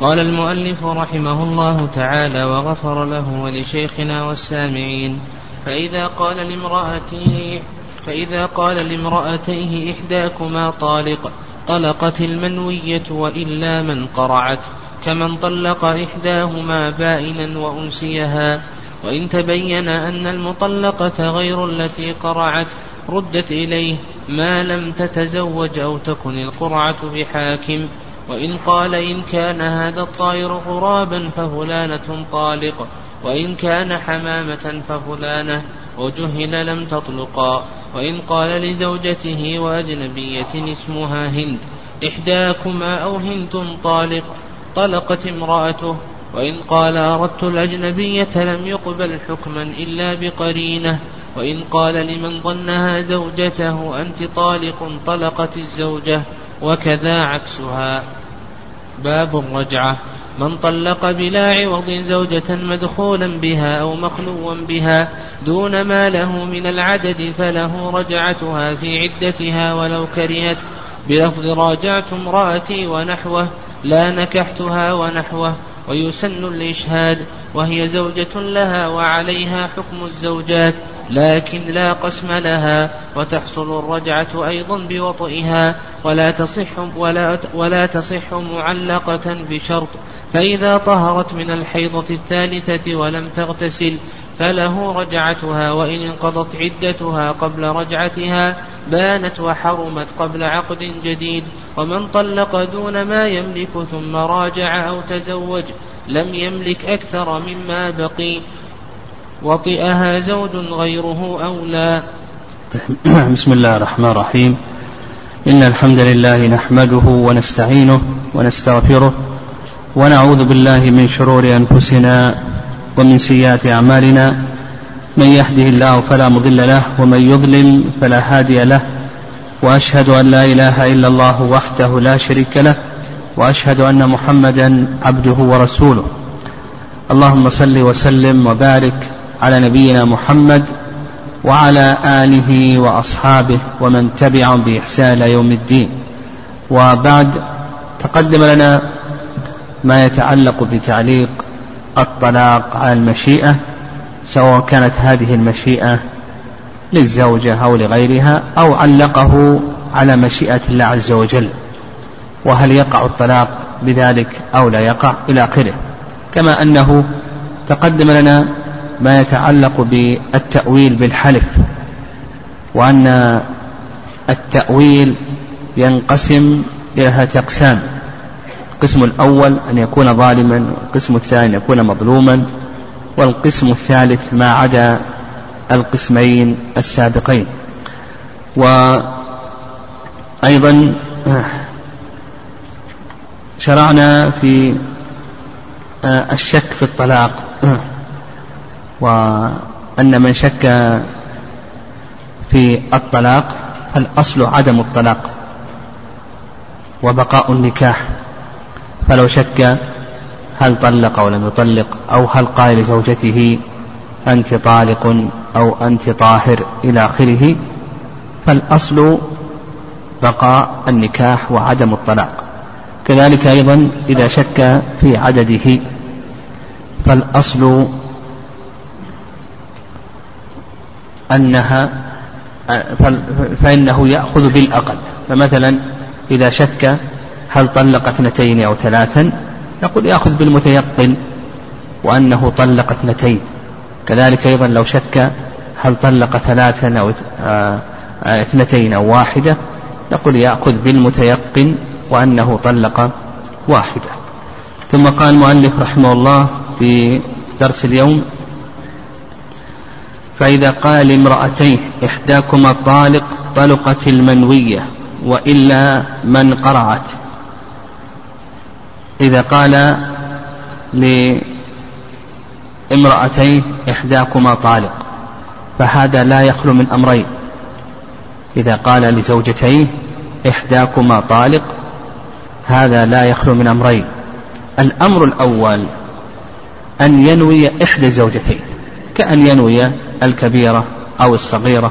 قال المؤلف رحمه الله تعالى وغفر له ولشيخنا والسامعين: فإذا قال لامرأتيه إحداكما طالق طلقت المنوية وإلا من قرعت، كمن طلق إحداهما بائنا وأنسيها، وإن تبين أن المطلقة غير التي قرعت ردت إليه ما لم تتزوج أو تكن القرعة بحاكم. وإن قال إن كان هذا الطائر غرابا ففلانة طالق، وإن كان حمامة ففلانة، وجهل لم تطلقا. وإن قال لزوجته وأجنبية اسمها هند إحداكما أو هند طالق طلقت امرأته. وإن قال أردت الأجنبية لم يقبل حكما إلا بقرينة. وإن قال لمن ظنها زوجته أنت طالق طلقت الزوجة، وكذا عكسها. باب الرجعة: من طلق بلا عوض زوجة مدخولا بها أو مخلوا بها دون ما له من العدد فله رجعتها في عدتها ولو كرهت، بلفظ راجعت امرأتي ونحوه لا نكحتها ونحوه. ويسن الإشهاد، وهي زوجة لها وعليها حكم الزوجات لكن لا قسم لها، وتحصل الرجعة أيضا بوطئها، ولا تصح معلقة بشرط. فإذا طهرت من الحيضة الثالثة ولم تغتسل فله رجعتها، وإن انقضت عدتها قبل رجعتها بانت وحرمت قبل عقد جديد. ومن طلق دون ما يملك ثم راجع أو تزوج لم يملك أكثر مما بقي وطئها زوج غيره أو لا. بسم الله الرحمن الرحيم. إن الحمد لله نحمده ونستعينه ونستغفره ونعوذ بالله من شرور أنفسنا ومن سيئات أعمالنا، من يهده الله فلا مضل له ومن يضلل فلا هادي له، وأشهد أن لا إله إلا الله وحده لا شريك له، وأشهد أن محمدا عبده ورسوله. اللهم صل وسلم وبارك على نبينا محمد وعلى آله وأصحابه ومن تبعهم بإحسان إلى يوم الدين. وبعد، تقدم لنا ما يتعلق بتعليق الطلاق على المشيئة، سواء كانت هذه المشيئة للزوجة أو لغيرها، أو علقه على مشيئة الله عز وجل، وهل يقع الطلاق بذلك أو لا يقع إلى آخره. كما أنه تقدم لنا ما يتعلق بالتأويل بالحلف، وأن التأويل ينقسم إلى 3 أقسام: القسم الأول أن يكون ظالما، والقسم الثاني أن يكون مظلوما، والقسم الثالث ما عدا القسمين السابقين. وأيضا شرعنا في الشك في الطلاق، وأن من شك في الطلاق فالأصل عدم الطلاق وبقاء النكاح. فلو شك هل طلق أو لم يطلق، أو هل قال لزوجته أنت طالق أو أنت طاهر إلى آخره، فالأصل بقاء النكاح وعدم الطلاق. كذلك أيضا إذا شك في عدده فالأصل فإنه يأخذ بالأقل. فمثلا إذا شك هل طلق 2 أو 3 يقول يأخذ بالمتيقن وأنه طلق 2. كذلك أيضا لو شك هل طلق 3 أو 2 أو 1 يقول يأخذ بالمتيقن وأنه طلق 1. ثم قال المؤلف رحمه الله في درس اليوم: فإذا قال لامرأتيه إحداكما طالق طلقت المنوية وإلا من قرعت. إذا قال لامرأتيه إحداكما طالق فهذا لا يخلو من أمرين. إذا قال لزوجتيه إحداكما طالق هذا لا يخلو من أمرين: الأمر الأول أن ينوي إحدى الزوجتين، كأن ينوي الكبيرة أو الصغيرة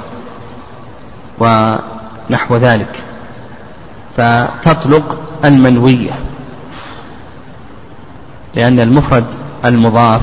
ونحو ذلك، فتطلق المنوية. لأن المفرد المضاف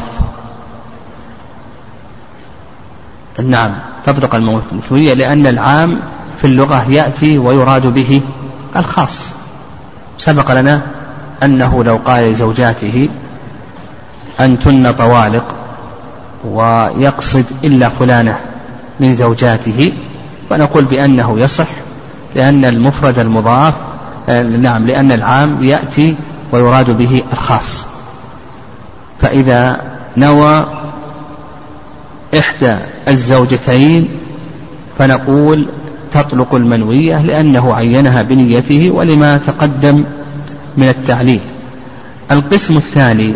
نعم تطلق المنوية، لأن العام في اللغة يأتي ويراد به الخاص. سبق لنا أنه لو قال لزوجاته أنتن طوالق ويقصد إلا فلانة من زوجاته، فنقول بأنه يصح، لأن المفرد المضاف نعم لأن العام يأتي ويراد به الخاص. فإذا نوى إحدى الزوجتين فنقول تطلق المنوية، لأنه عينها بنيته ولما تقدم من التعليل. القسم الثاني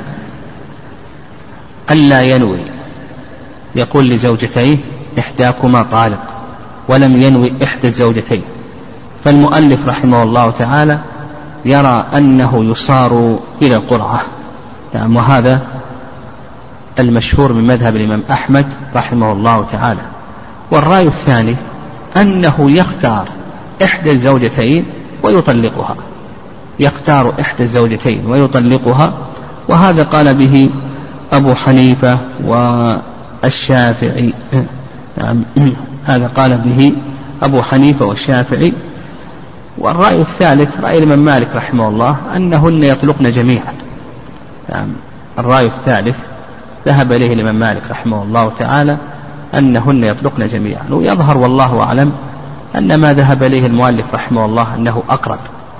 ألا ينوي، يقول لزوجتيه إحداكما طالق ولم ينوي إحدى الزوجتين، فالمؤلف رحمه الله تعالى يرى أنه يصار إلى القرعة، يعني وهذا المشهور من مذهب الإمام أحمد رحمه الله تعالى. والرأي الثاني أنه يختار إحدى الزوجتين ويطلقها، يختار إحدى الزوجتين ويطلقها، وهذا قال به أبو حنيفة والشافعي، هذا قال به أبو حنيفة والشافعي. والرأي الثالث رأي الإمام مالك رحمه الله أنهن يطلقن جميعا، الرأي الثالث ذهب إليه الإمام مالك رحمه الله تعالى أنهن يطلقن جميعا. ويظهر والله أعلم أن ما ذهب إليه المؤلف رحمه الله أنه أقرب،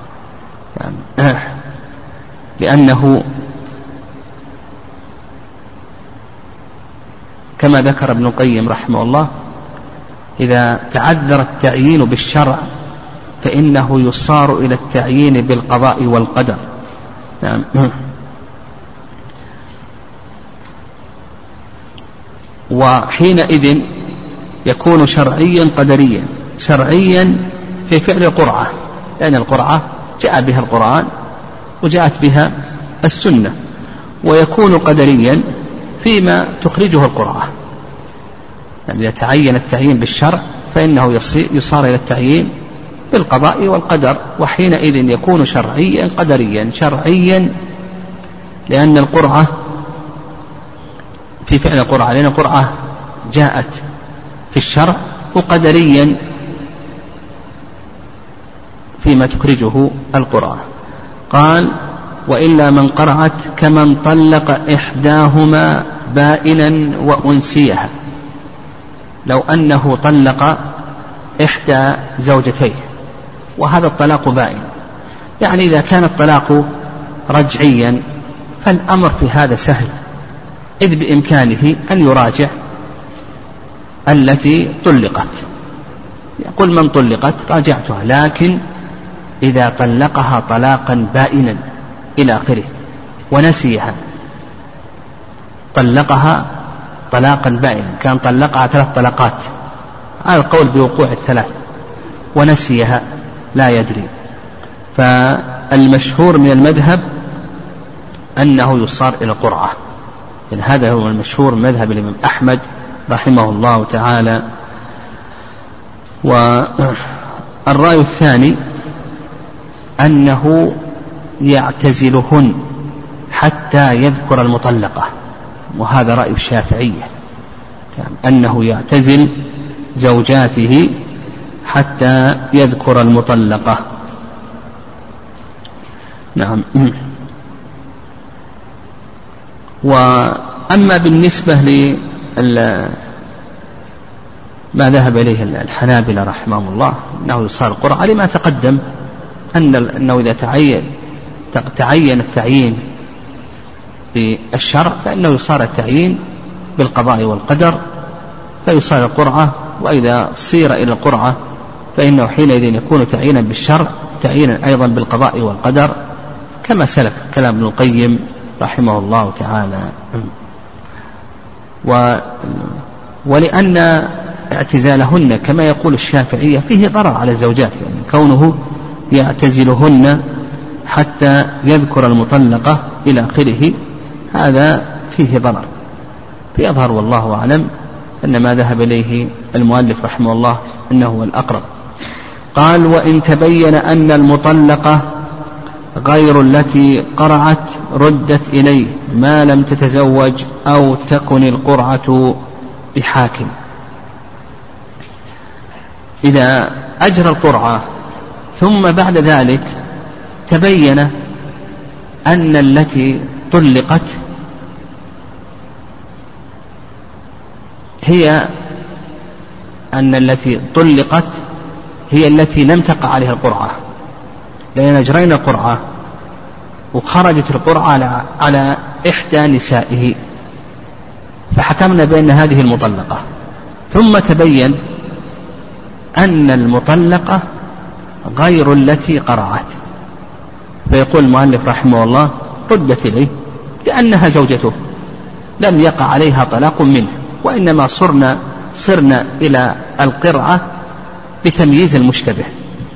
لأنه كما ذكر ابن القيم رحمه الله إذا تعذر التعيين بالشرع فإنه يصار إلى التعيين بالقضاء والقدر. وحينئذ يكون شرعيا قدريا، شرعيا في فعل القرعة، لأن القرعة جاء بها القرآن وجاءت بها السنة، ويكون قدريا فيما تخرجه القرعة. يعني إذا تعين التعيين بالشرع فإنه يصار إلى التعيين بالقضاء والقدر، وحينئذ يكون شرعيا قدريا. شرعيا لأن القرعة في فعل القرعة، لأن القرعة جاءت في الشرع، وقدريا فيما تخرجه القرعة. قال وإلا من قرعت كمن طلق إحداهما بائنا وأنسيها، لو أنه طلق إحدى زوجتيه وهذا الطلاق بائن، يعني إذا كان الطلاق رجعيا فالأمر في هذا سهل، إذ بإمكانه أن يراجع التي طلقت، يقول من طلقت راجعتها، لكن إذا طلقها طلاقا بائنا إلى آخره ونسيها، طلقها طلاقا بائنا، كان طلقها 3 طلقات على القول بوقوع الثلاث ونسيها لا يدري، فالمشهور من المذهب أنه يصار إلى القرعة، يعني هذا هو المشهور من مذهب الإمام أحمد رحمه الله تعالى. والرأي الثاني أنه يعتزلهن حتى يذكر المطلقة، وهذا رأي الشافعية، يعني أنه يعتزل زوجاته حتى يذكر المطلقة. نعم. وأما بالنسبة ما ذهب إليه الحنابلة رحمهم الله أنه يصار القرعة لما تقدم أنه إذا تعين التعيين بالشرع فإنه يصار التعيين بالقضاء والقدر فيصار القرعة، وإذا صير إلى القرعة فإنه حينئذ يكون تعيينا بالشرع تعيينا أيضا بالقضاء والقدر، كما سلك كلام ابن القيم رحمه الله تعالى. ولأن اعتزالهن كما يقول الشافعية فيه ضرر على الزوجات، يعني كونه يعتزلهن حتى يذكر المطلقة إلى آخره هذا فيه ضرر. فيظهر والله أعلم أن ما ذهب إليه المؤلف رحمه الله أنه هو الأقرب. قال وإن تبين أن المطلقة غير التي قرعت ردت إليه ما لم تتزوج أو تكن القرعة بحاكم. إذا أجرى القرعة ثم بعد ذلك تبين أن التي طلقت هي التي لم تقع عليها القرعة، لأن أجرينا القرعة وخرجت القرعة على إحدى نسائه فحكمنا بأن هذه المطلقة، ثم تبين أن المطلقة غير التي قرعت، فيقول المؤلف رحمه الله ردت إليه لأنها زوجته لم يقع عليها طلاق منه، وإنما صرنا إلى القرعة بتمييز المشتبه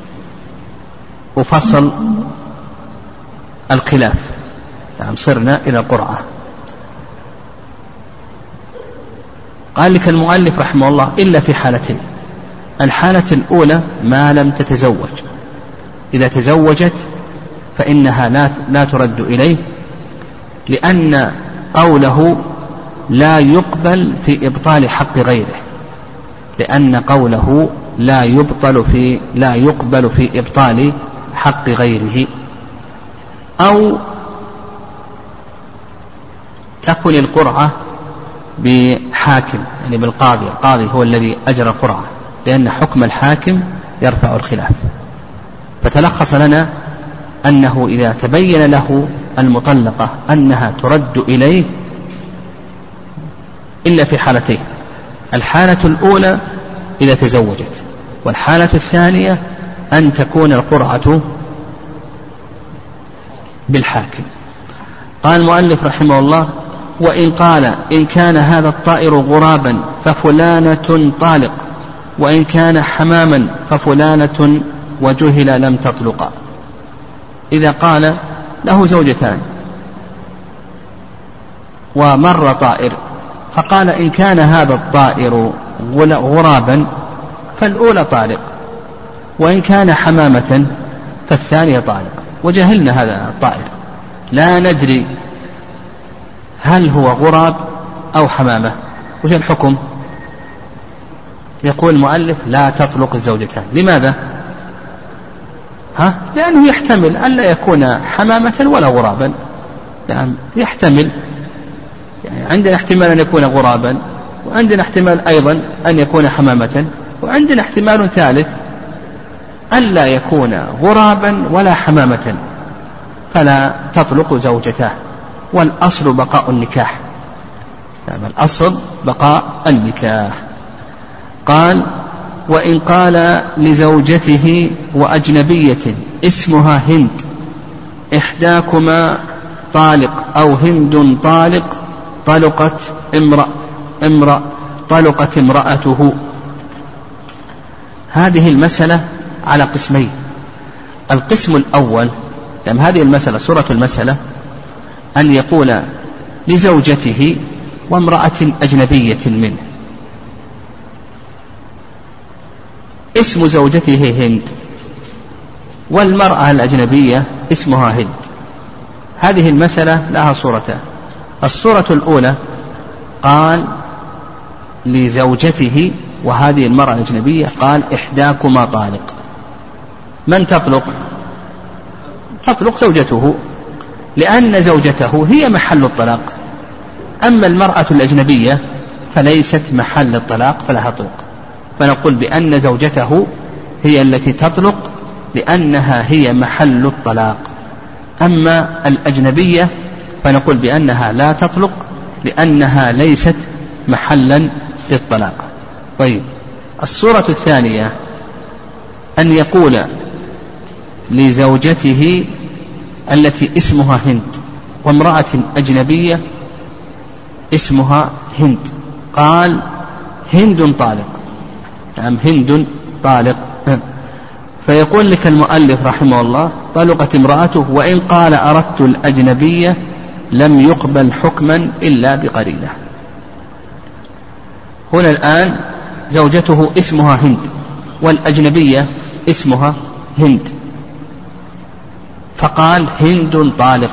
وفصل الخلاف. نعم صرنا إلى القرعة. قال لك المؤلف رحمه الله إلا في حالتين. الحالة الأولى ما لم تتزوج، إذا تزوجت فإنها لا ترد إليه، لأن قوله لا يقبل في إبطال حق غيره، لأن قوله لا يقبل في إبطال حق غيره. أو تكن القرعة بحاكم، يعني بالقاضي، القاضي هو الذي أجرى القرعة، لأن حكم الحاكم يرفع الخلاف. فتلخص لنا أنه إذا تبين له المطلقة أنها ترد إليه إلا في حالتين: الحالة الأولى إذا تزوجت، والحالة الثانية أن تكون القرعة بالحاكم. قال المؤلف رحمه الله: وإن قال إن كان هذا الطائر غرابا ففلانة طالق، وإن كان حماما ففلانة وجهل لم تطلق. إذا قال له زوجتان ومر طائر فقال إن كان هذا الطائر غرابا فالأولى طالق، وإن كان حمامة فالثانية طالق، وجهلنا هذا الطائر لا ندري هل هو غراب أو حمامة، وش الحكم؟ يقول المؤلف لا تطلق الزوجتان. لماذا؟ لأنه يحتمل ألا يكون حمامة ولا غرابا، يعني يحتمل، يعني عندنا احتمال أن يكون غرابا، وعندنا احتمال أيضا أن يكون حمامة، وعندنا احتمال ثالث ألا يكون غرابا ولا حمامة، فلا تطلق زوجته، والأصل بقاء النكاح. يعني الأصل بقاء النكاح. قال: وإن قال لزوجته وأجنبية اسمها هند إحداكما طالق أو هند طالق طلقت امرأته. هذه المسألة على قسمين. القسم الأول، يعني هذه المسألة صورة المسألة أن يقول لزوجته وامرأة أجنبية منه اسم زوجته هند، والمرأة الأجنبية اسمها هند. هذه المسألة لها صورتان. الصورة الأولى قال لزوجته وهذه المرأة الأجنبية قال إحداكما طالق. من تطلق؟ تطلق زوجته، لأن زوجته هي محل الطلاق، أما المرأة الأجنبية فليست محل الطلاق فلا تطلق. فنقول بأن زوجته هي التي تطلق لأنها هي محل الطلاق، أما الأجنبية فنقول بأنها لا تطلق لأنها ليست محلا للطلاق. طيب، الصورة الثانية أن يقول لزوجته التي اسمها هند وامرأة أجنبية اسمها هند قال هند طالق، نعم هند طالق، فيقول لك المؤلف رحمه الله طلقت امرأته، وإن قال أردت الأجنبية لم يقبل حكما إلا بقرينة. هنا الآن زوجته اسمها هند والأجنبية اسمها هند، فقال هند طالق.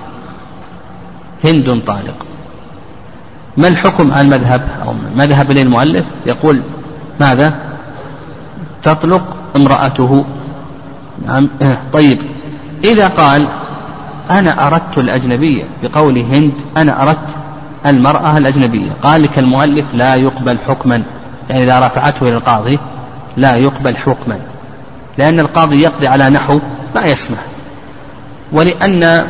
هند طالق. ما الحكم على المذهب أو مذهب للمؤلف؟ يقول ماذا؟ تطلق امرأته. نعم. طيب إذا قال أنا أردت الأجنبية بقول هند أنا أردت المرأة الأجنبية، قال لك المؤلف لا يقبل حكما، يعني إذا رفعته إلى القاضي لا يقبل حكما، لأن القاضي يقضي على نحو ما يسمع، ولأن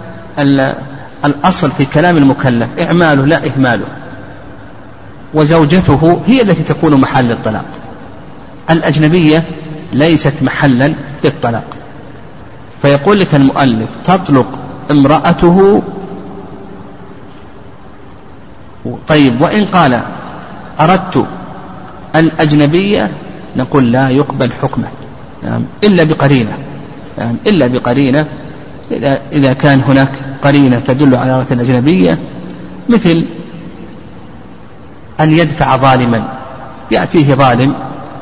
الأصل في كلام المكلف إعماله لا إهماله، وزوجته هي التي تكون محل الطلاق، الأجنبية ليست محلا للطلاق. فيقول لك المؤلف تطلق امرأته. طيب وإن قال أردت الأجنبية نقول لا يقبل حكما، إلا بقرينة، إلا بقرينة، إذا كان هناك قرينة تدل على إرادة الأجنبية، مثل أن يدفع ظالما، يأتيه ظالم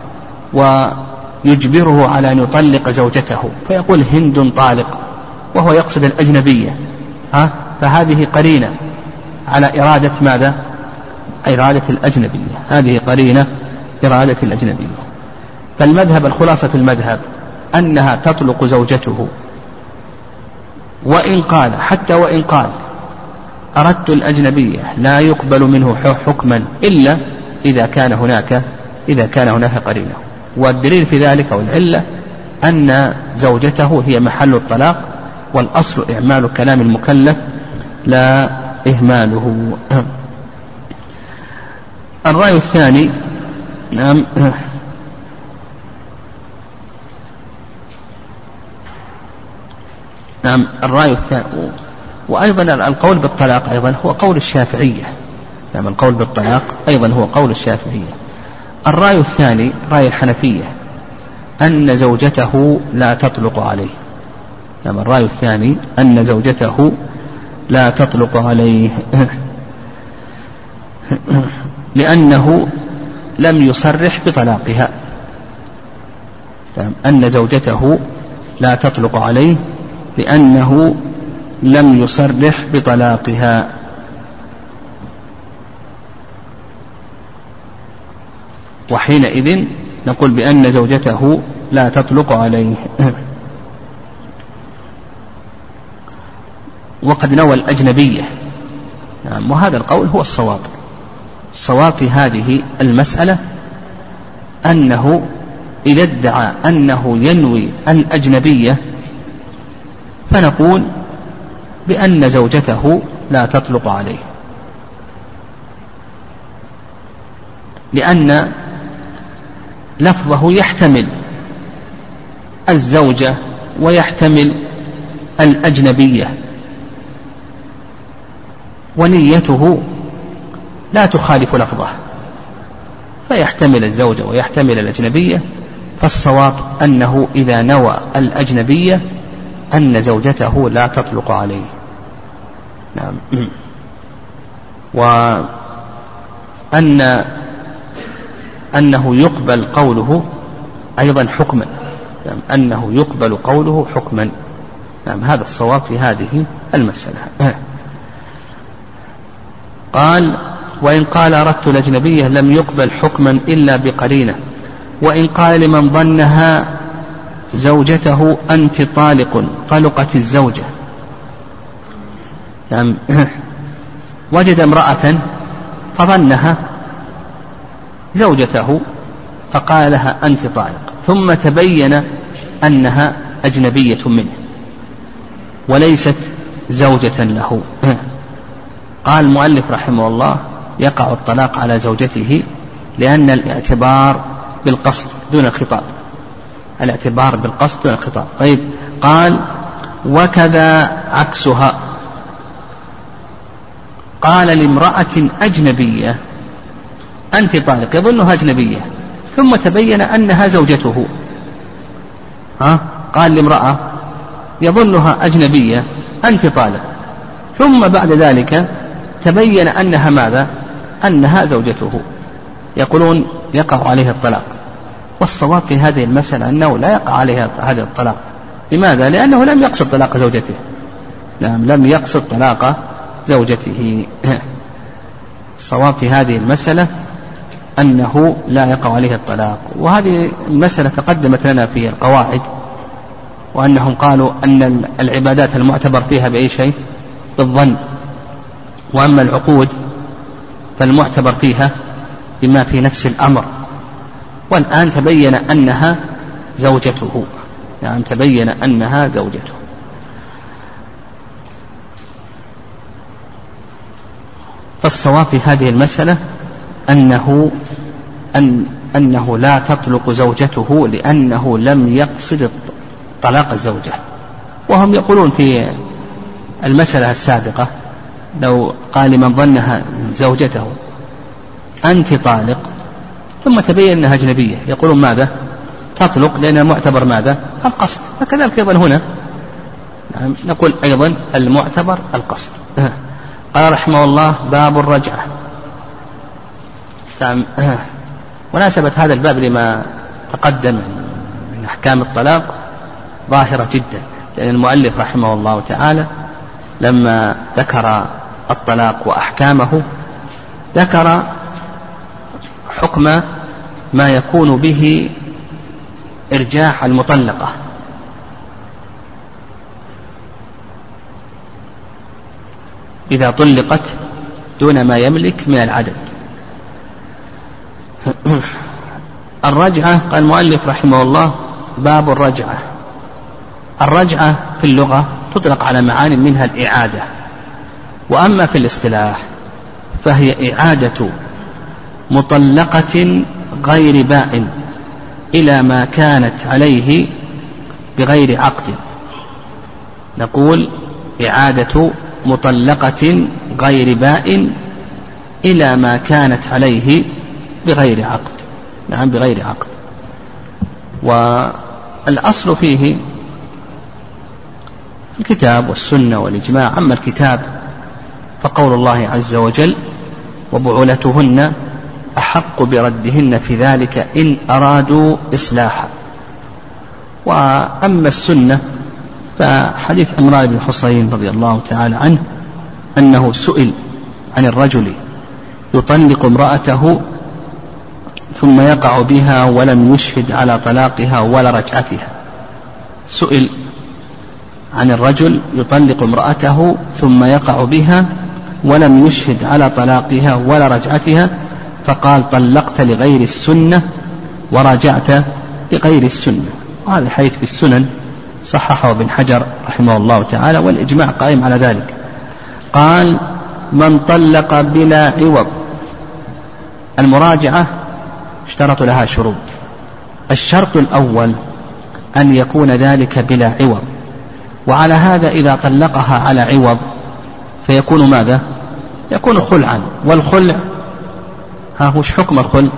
ويجبره على أن يطلق زوجته فيقول هند طالق وهو يقصد الأجنبية، فهذه قرينة على إرادة ماذا؟ إرادة الأجنبية، هذه قرينة إرادة الأجنبية. فالمذهب، الخلاصة المذهب أنها تطلق زوجته، وإن قال حتى وإن قال أردت الأجنبية لا يقبل منه حكما إلا إذا كان هناك قرينة. والدليل في ذلك والعلة أن زوجته هي محل الطلاق، والأصل إعمال كلام المكلف لا إهماله. الرأي الثاني، نعم، الرأي الثاني، وأيضا القول بالطلاق أيضا هو قول الشافعية، نعم، القول بالطلاق أيضا هو قول الشافعية. الرأي الثاني رأي الحنفية أن زوجته لا تطلق عليه، نعم، الرأي الثاني أن زوجته لا تطلق عليه لأنه لم يصرح بطلاقها، نعم، أن زوجته لا تطلق عليه لأنه لم يصرح بطلاقها. وحينئذ نقول بأن زوجته لا تطلق عليه. وقد نوى الأجنبية، نعم، وهذا القول هو الصواب. الصواب في هذه المسألة أنه إذا ادعى أنه ينوي الأجنبية فنقول بأن زوجته لا تطلق عليه، لأن لفظه يحتمل الزوجة ويحتمل الأجنبية، ونيته لا تخالف لفظه، فيحتمل الزوجة ويحتمل الأجنبية. فالصواب أنه إذا نوى الأجنبية أن زوجته لا تطلق عليه، نعم، أنه يقبل قوله أيضا حكما، نعم، أنه يقبل قوله حكما، نعم، هذا الصواب في هذه المسألة. قال وإن قال أردت الأجنبية لم يقبل حكما إلا بقرينة، وإن قال لمن ظنها زوجته أنت طالق طلقت الزوجة، نعم، وجد امرأة فظنها زوجته فقال لها أنت طالق، ثم تبين أنها أجنبية منه وليست زوجة له، قال المؤلف رحمه الله يقع الطلاق على زوجته، لأن الاعتبار بالقصد دون الخطاب، الاعتبار بالقصد دون الخطاب. طيب، قال وكذا عكسها، قال لامرأة أجنبية أنت طالق، يظنها أجنبية، ثم تبين أنها زوجته، قال لامرأة يظنها أجنبية أنت طالق، ثم بعد ذلك تبين أنها ماذا؟ أنها زوجته، يقولون يقع عليها الطلاق. والصواب في هذه المسألة أنه لا يقع عليها هذا الطلاق، لماذا؟ لأنه لم يقصد طلاق زوجته. نعم، لم يقصد طلاق زوجته. الصواب في هذه المسألة أنه لا يقع عليه الطلاق. وهذه المسألة تقدمت لنا في القواعد، وأنهم قالوا أن العبادات المعتبر فيها بأي شيء؟ بالظن. وأما العقود فالمعتبر فيها بما في نفس الأمر. والآن تبين أنها زوجته، يعني تبين أنها زوجته. فالصواب في هذه المسألة أنه لا تطلق زوجته لأنه لم يقصد طلاق الزوجة. وهم يقولون في المسألة السابقة لو قال لمن ظنها زوجته أنت طالق ثم تبين أنها أجنبية، يقولون ماذا؟ تطلق، لأن المعتبر ماذا؟ القصد. فكذلك أيضا هنا نقول أيضا المعتبر القصد. قال رحمه الله: باب الرجعة. مناسبة هذا الباب لما تقدم من أحكام الطلاق ظاهرة جدا، لأن المؤلف رحمه الله تعالى لما ذكر الطلاق وأحكامه ذكر حكم ما يكون به إرجاع المطلقة. إذا طلقت دون ما يملك من العدد. الرجعة، قال المؤلف رحمه الله: باب الرجعة. الرجعة في اللغة تطلق على معان منها الإعادة، وأما في الاصطلاح فهي إعادة مطلقة غير بائن إلى ما كانت عليه بغير عقد. نقول إعادة مطلقة غير بائن إلى ما كانت عليه بغير عقد. نعم، بغير عقد. والأصل فيه الكتاب والسنة والإجماع. أما الكتاب فقول الله عز وجل: وبعولتهن أحق بردهن في ذلك إن أرادوا إصلاحا. وأما السنة فحديث عمران بن حصين رضي الله تعالى عنه أنه سئل عن الرجل يطلق امرأته ثم يقع بها ولم يشهد على طلاقها ولا رجعتها. سئل عن الرجل يطلق امرأته ثم يقع بها ولم يشهد على طلاقها ولا رجعتها، فقال: طلقت لغير السنة ورجعت لغير السنة. وهذا الحديث في السنن صححه ابن حجر رحمه الله تعالى، والإجماع قائم على ذلك. قال: من طلق بلا عوض. المراجعة اشترط لها شروط. الشرط الأول أن يكون ذلك بلا عوض، وعلى هذا إذا طلقها على عوض فيكون ماذا؟ يكون خلعا. والخلع وش حكم الخلع؟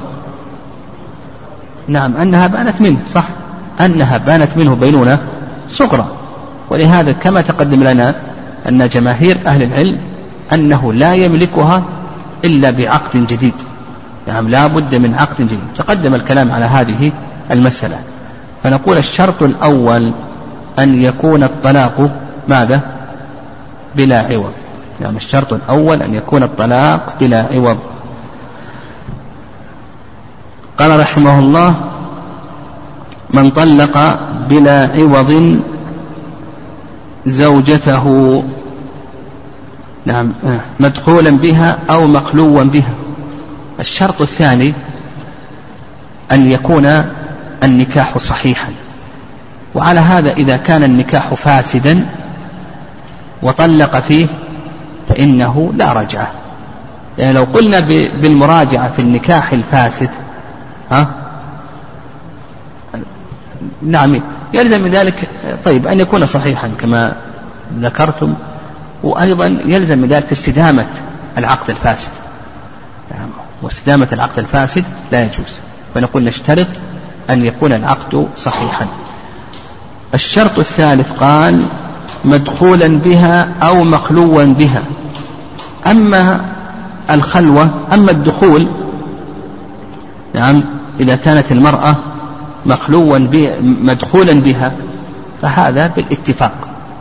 نعم، أنها بانت منه، صح، أنها بانت منه بينونة صغرى. ولهذا كما تقدم لنا أن جماهير أهل العلم أنه لا يملكها إلا بعقد جديد. نعم، لا بد من عقد جديد. تقدم الكلام على هذه المسألة. فنقول الشرط الأول أن يكون الطلاق ماذا؟ بلا عوض. يعني الشرط الأول أن يكون الطلاق بلا عوض. قال رحمه الله: من طلق بلا عوض زوجته، نعم، مدخولا بها أو مخلوا بها. الشرط الثاني أن يكون النكاح صحيحا. وعلى هذا إذا كان النكاح فاسدا وطلق فيه فإنه لا رجعة. يعني لو قلنا بالمراجعة في النكاح الفاسد نعم يلزم من ذلك طيب أن يكون صحيحا كما ذكرتم، وأيضا يلزم من ذلك استدامة العقد الفاسد. نعم، واستدامة العقد الفاسد لا يجوز، فنقول نشترط أن يكون العقد صحيحا. الشرط الثالث قال: مدخولا بها أو مخلوا بها. أما الخلوة، أما الدخول، نعم، إذا كانت المرأة مدخولا بها فهذا بالاتفاق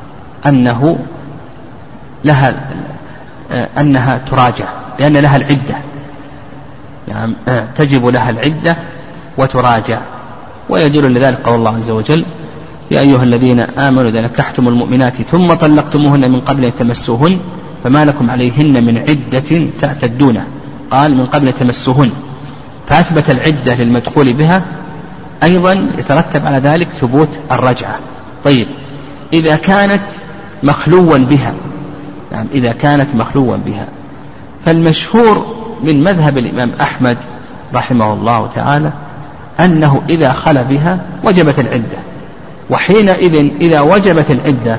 أنها تراجع، لأن لها العدة، يعني تجب لها العدة وتراجع. ويدل لذلك قول الله عز وجل: يا أيها الذين آمنوا إذا نكحتم المؤمنات ثم طلقتموهن من قبل أن تمسوهن فما لكم عليهن من عدة تعتدونه. قال من قبل تمسوهن، فأثبت العدة للمدخول بها، أيضا يترتب على ذلك ثبوت الرجعة. طيب إذا كانت مخلوا بها، يعني إذا كانت مخلوا بها، فالمشهور من مذهب الإمام أحمد رحمه الله تعالى أنه إذا خلى بها وجبت العدة، وحينئذ إذا وجبت العدة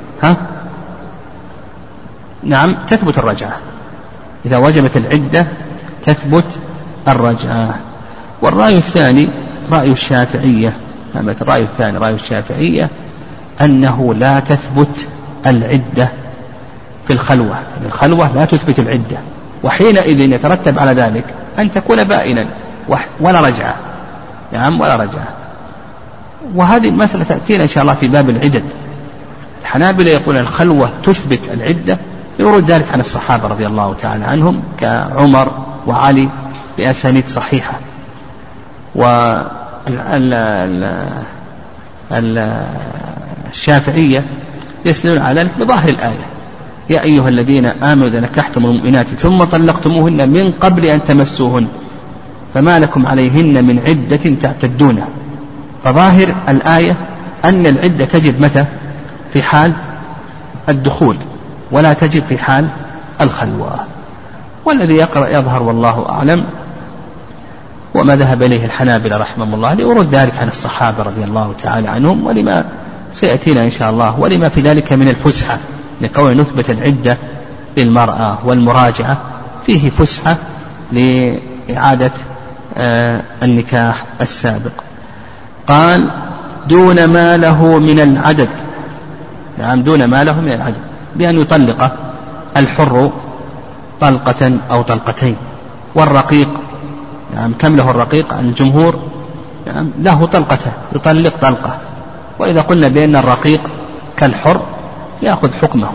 نعم تثبت الرجعة، إذا وجبت العدة تثبت الرجعة. والرأي الثاني رأي الشافعية، الرأي الثاني رأي الشافعية أنه لا تثبت العدة في الخلوة، الخلوة لا تثبت العدة، وحينئذ يترتب على ذلك أن تكون بائنا ولا رجعة، نعم ولا رجعة. وهذه المسألة تأتينا إن شاء الله في باب العدد. الحنابلة يقول الخلوة تثبت العدة يورد ذلك عن الصحابة رضي الله تعالى عنهم كعمر وعلي بأسانيد صحيحة. والشافعية يستدلون على ذلك بظاهر الآية: يا أيها الذين آمنوا إذا نكحتم المؤمنات ثم طلقتموهن من قبل أن تمسوهن فما لكم عليهن من عدة تعتدونها. فظاهر الآية أن العدة تجب متى؟ في حال الدخول، ولا تجب في حال الخلوة. والذي يظهر والله أعلم وما ذهب إليه الحنابلة رحمه الله لورود ذلك عن الصحابة رضي الله تعالى عنهم، ولما سيأتينا إن شاء الله، ولما في ذلك من الفسحة، لكون نثبت العدة للمرأة والمراجعة فيه فسحة لإعادة النكاح السابق. قال: دون ما له من العدد، نعم دون ما له من العدد، بأن يطلق الحر طلقة أو طلقتين. والرقيق، نعم كم له الرقيق؟ عن الجمهور نعم له طلقته، يطلق طلقة. وإذا قلنا بأن الرقيق كالحر يأخذ حكمه.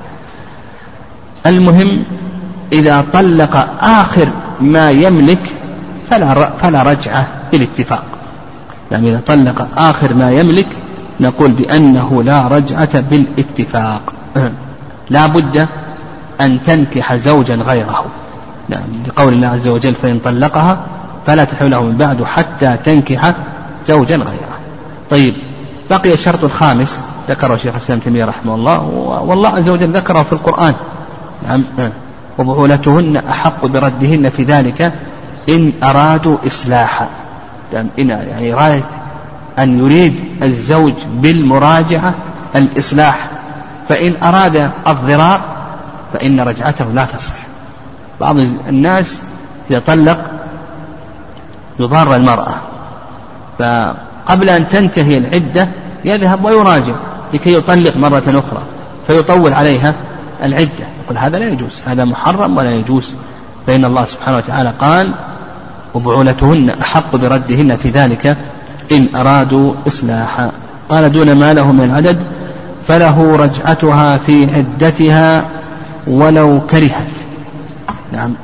المهم إذا طلق آخر ما يملك فلا رجعة بالاتفاق، يعني إذا طلق آخر ما يملك نقول بأنه لا رجعة بالاتفاق. لا بد أن تنكح زوجا غيره، يعني لقول الله عز وجل: فإن طلقها فلا تحل له من بعد حتى تنكح زوجا غيره. طيب بقي الشرط الخامس ذكره شيخ الإسلام ابن تيمية رحمه الله، والله عز وجل ذكره في القرآن: نعم وبعولتهن أحق بردهن في ذلك إن أرادوا إصلاحا. يعني راية أن يريد الزوج بالمراجعة الإصلاح، فإن أراد الضرار فإن رجعته لا تصح. بعض الناس إذا طلق يضار المرأة، فقبل أن تنتهي العدة يذهب ويراجع لكي يطلق مرة أخرى فيطول عليها العدة. يقول هذا لا يجوز، هذا محرم ولا يجوز، فإن الله سبحانه وتعالى قال: وبعولتهن أحق بردهن في ذلك إن أرادوا إصلاحا. قال: دون ما له من العدد فله رجعتها في عدتها ولو كرهت. نعم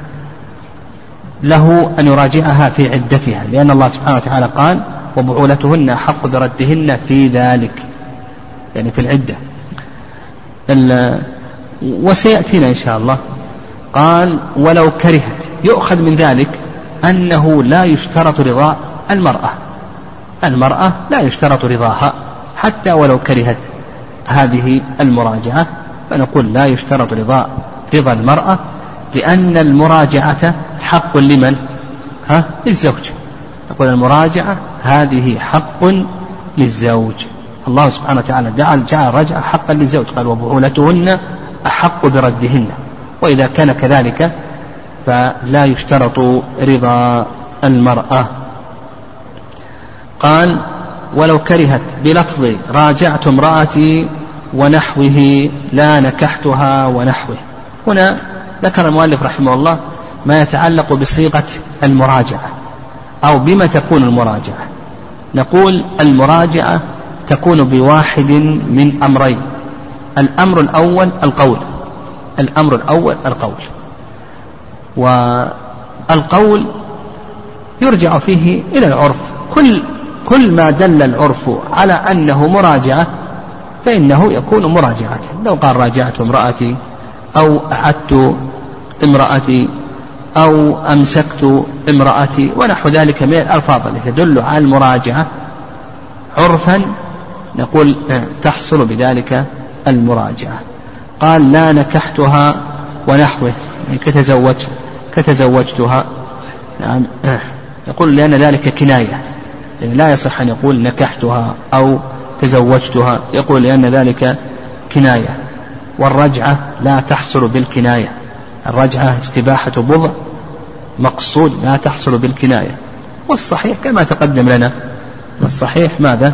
له أن يراجعها في عدتها، لأن الله سبحانه وتعالى قال: وبعولتهن أحق بردهن في ذلك، يعني في العدة. وسيأتينا إن شاء الله. قال: ولو كرهت، يؤخذ من ذلك أنه لا يشترط رضاء المرأة، المرأة لا يشترط رضاها حتى ولو كرهت هذه المراجعة، فنقول لا يشترط رضا المرأة، لأن المراجعة حق لمن؟ للزوج. نقول المراجعة هذه حق للزوج. الله سبحانه وتعالى جعل الرجعة حقا للزوج، قال: وبعولتهن أحق بردهن. وإذا كان كذلك فلا يشترط رضا المرأة. قال: ولو كرهت بلفظ راجعت امرأتي ونحوه لا نكحتها ونحوه. هنا ذكر المؤلف رحمه الله ما يتعلق بصيغة المراجعة أو بما تكون المراجعة. نقول المراجعة تكون بواحد من أمرين. الأمر الأول القول، والقول يرجع فيه إلى العرف. كل ما دل العرف على أنه مراجعة فإنه يكون مراجعة. لو قال راجعت امرأتي أو أعدت امرأتي أو أمسكت امرأتي ونحو ذلك من الألفاظ التي تدل على المراجعة عرفا نقول تحصل بذلك المراجعة. قال لا نكحتها ونحوه، كتزوجتها، نعم، يقول لأن ذلك كناية، يعني لا يصح أن يقول نكحتها أو تزوجتها، يقول لأن ذلك كناية. والرجعة لا تحصل بالكناية، الرجعة استباحة بضع مقصود لا تحصل بالكناية. والصحيح كما تقدم لنا، والصحيح ماذا؟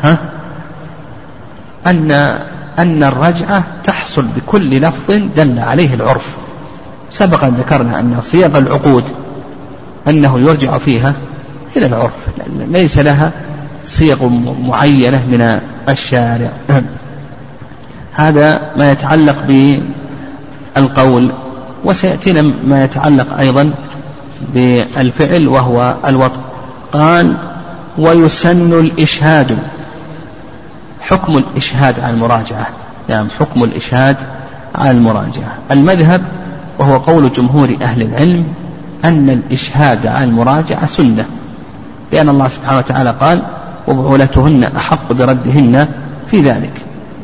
أن الرجعة تحصل بكل لفظ دل عليه العرف. سبق أن ذكرنا أن صيغ العقود أنه يرجع فيها إلى العرف، ليس لها صيغ معينة من الشارع. هذا ما يتعلق بالقول. وسيأتينا ما يتعلق أيضا بالفعل وهو الوطء. قال ويسن الإشهاد. حكم الإشهاد على المراجعة، يعني حكم الإشهاد على المراجعة. المذهب وهو قول جمهور أهل العلم أن الإشهاد على المراجعة سنة، لأن الله سبحانه وتعالى قال وبعولتهن أحق بردهن في ذلك.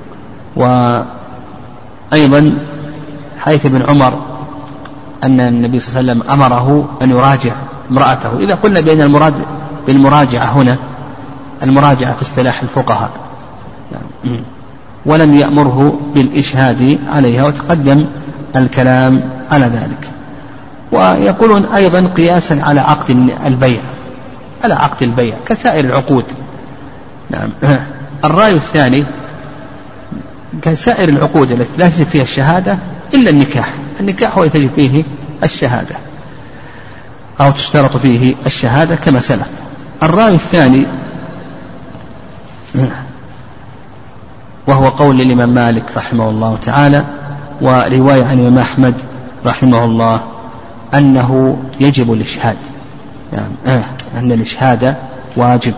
وأيضا حيث ابن عمر أن النبي صلى الله عليه وسلم أمره أن يراجع امرأته. إذا قلنا بأن المراد بالمراجعة هنا المراجعة في اصطلاح الفقهاء، ولم يأمره بالإشهاد عليها، وتقدم الكلام على ذلك. ويقولون أيضا قياسا على عقد البيع كسائر العقود. نعم. الرأي الثاني كسائر العقود التي لا تجب فيها الشهادة إلا النكاح هو يجب فيه الشهادة أو تشترط فيه الشهادة كما سلف. الرأي الثاني وهو قول الإمام مالك رحمه الله تعالى ورواية عن الإمام أحمد رحمه الله أنه يجب الإشهاد، يعني أن الإشهاد واجب.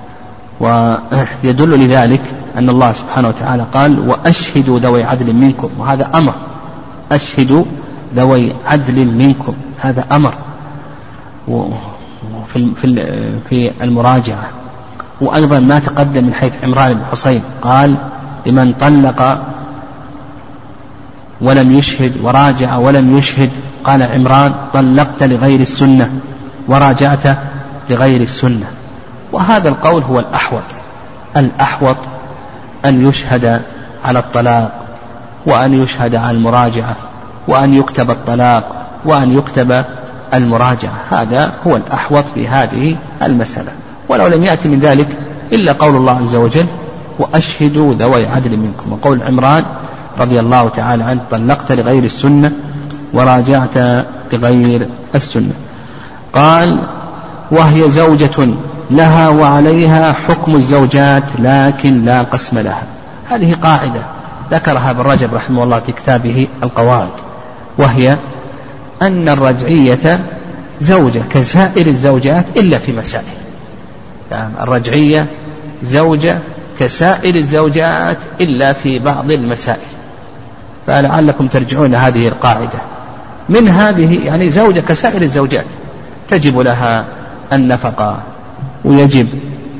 ويدل لذلك أن الله سبحانه وتعالى قال وأشهدوا ذوي عدل منكم، وهذا أمر. أشهدوا ذوي عدل منكم، هذا أمر في المراجعة. وأيضا ما تقدم من حيث عمران بن حصين قال لمن طلق ولم يشهد وراجع ولم يشهد، قال عمران طلقت لغير السنة وراجعت لغير السنة. وهذا القول هو الأحوط أن يشهد على الطلاق وأن يشهد على المراجعة وأن يكتب الطلاق وأن يكتب المراجعة، هذا هو الأحوط في هذه المسألة. ولو لم يأتي من ذلك إلا قول الله عز وجل وأشهدوا ذوي عدل منكم، وقول عمران رضي الله تعالى عنه طلقت لغير السنة وراجعت لغير السنة. قال وهي زوجة لها وعليها حكم الزوجات لكن لا قسم لها. هذه قاعدة ذكرها ابن رجب رحمه الله في كتابه القواعد، وهي أن الرجعية زوجة كسائر الزوجات إلا في مسائل. يعني الرجعية زوجة كسائر الزوجات إلا في بعض المسائل، فلعلكم ترجعون هذه القاعدة. من هذه يعني زوجة كسائر الزوجات تجب لها النفقة ويجب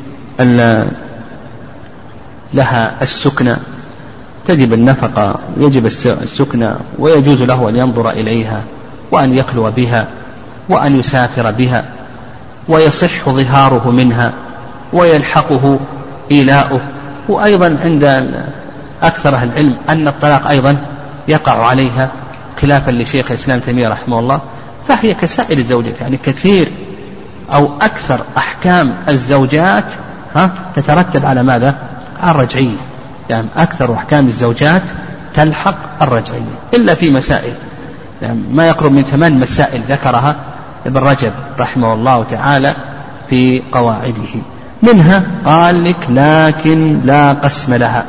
لها السكنة، تجب النفقة ويجب السكنة، ويجوز له أن ينظر إليها وأن يخلو بها وأن يسافر بها، ويصح ظهاره منها ويلحقه إيلاؤه. وأيضا عند أكثر أهل العلم أن الطلاق أيضا يقع عليها خلافا لشيخ الإسلام تيمية رحمه الله، فهي كسائر الزوجات، يعني كثير أو أكثر أحكام الزوجات تترتب على ماذا؟ على الرجعية. يعني أكثر أحكام الزوجات تلحق الرجعية إلا في مسائل، يعني ما يقرب من 8 مسائل ذكرها ابن رجب رحمه الله تعالى في قواعده. منها قال لك لكن لا قسم لها،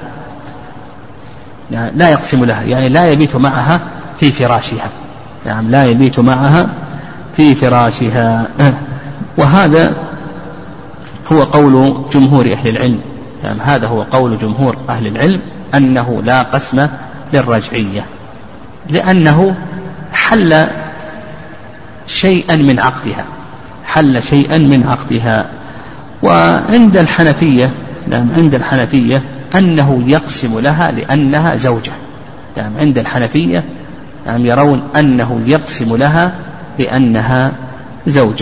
لا يقسم لها، يعني لا يبيت معها في فراشها، يعني لا يبيت معها في فراشها. وهذا هو قول جمهور أهل العلم، يعني هذا هو قول جمهور أهل العلم أنه لا قسم للرجعية، لأنه حل شيئا من عقدها، حل شيئا من عقدها. وعند الحنفية، نعم عند الحنفية أنه يقسم لها لأنها زوجة، يعني عند الحنفية يعني يرون أنه يقسم لها لأنها زوجة.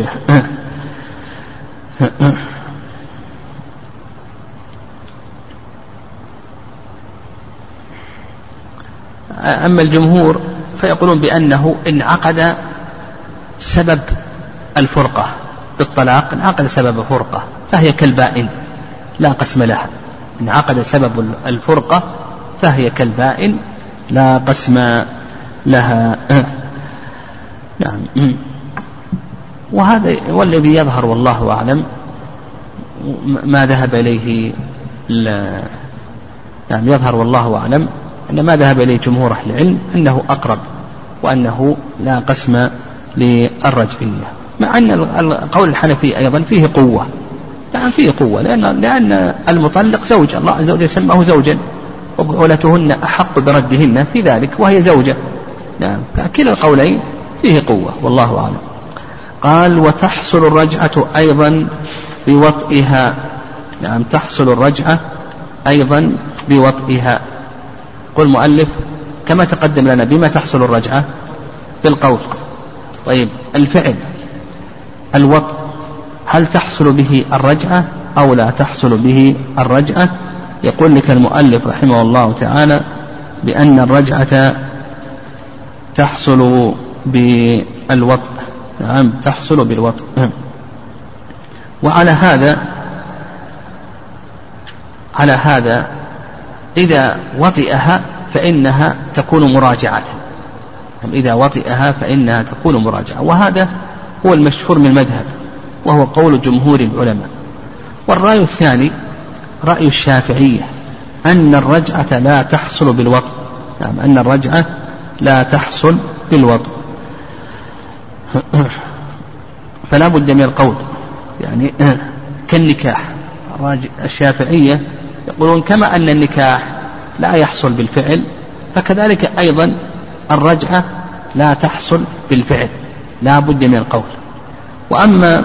أما الجمهور فيقولون بأنه إن عقد سبب الفرقة بالطلاق، إن عقد سبب الفرقة فهي كالبائن لا قسم لها، إن عقد سبب الفرقة فهي كالبائن لا قسم لها. نعم. وهذا والذي يظهر والله أعلم ما ذهب إليه، يعني يظهر والله أعلم أن ما ذهب إليه جمهور أهل العلم أنه أقرب، وأنه لا قسم للرجعية، مع أن القول الحنفي أيضا فيه قوة، يعني فيه قوة، لأن المطلق زوج، الله عز وجل سماه زوجا، وبعولتهن أحق بردهن في ذلك وهي زوجة. نعم، فكلا القولين فيه قوة والله أعلم. قال وتحصل الرجعة أيضا بوطئها، نعم تحصل الرجعة أيضا بوطئها. قل مؤلف كما تقدم لنا بما تحصل الرجعة بالقول. طيب الفعل الوطء هل تحصل به الرجعة أو لا تحصل به الرجعة؟ يقول لك المؤلف رحمه الله تعالى بأن الرجعة تحصل بالوطء، نعم تحصل بالوطء. وعلى هذا إذا وطئها فإنها تكون مراجعة، إذا وطئها فإنها تكون مراجعة، وهذا هو المشهور من المذهب وهو قول جمهور العلماء. والرأي الثاني رأي الشافعية أن الرجعة لا تحصل بالوطء، يعني أن الرجعة لا تحصل بالوطء، فلا بد من القول، يعني كالنكاح. الشافعية يقولون كما أن النكاح لا يحصل بالفعل فكذلك أيضا الرجعة لا تحصل بالفعل، لا بد من القول. وأما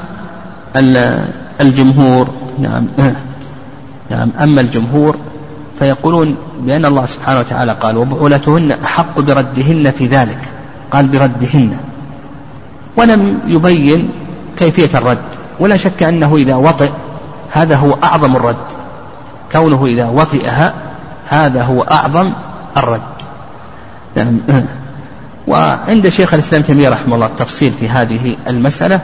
الجمهور، نعم أما الجمهور فيقولون بأن الله سبحانه وتعالى قال وبعولتهن أحق بردهن في ذلك، قال بردهن ولم يبين كيفية الرد، ولا شك أنه إذا وطئ هذا هو أعظم الرد، كونه إذا وطئها هذا هو أعظم الرد. نعم. وعند شيخ الإسلام تيمية رحمه الله التفصيل في هذه المسألة،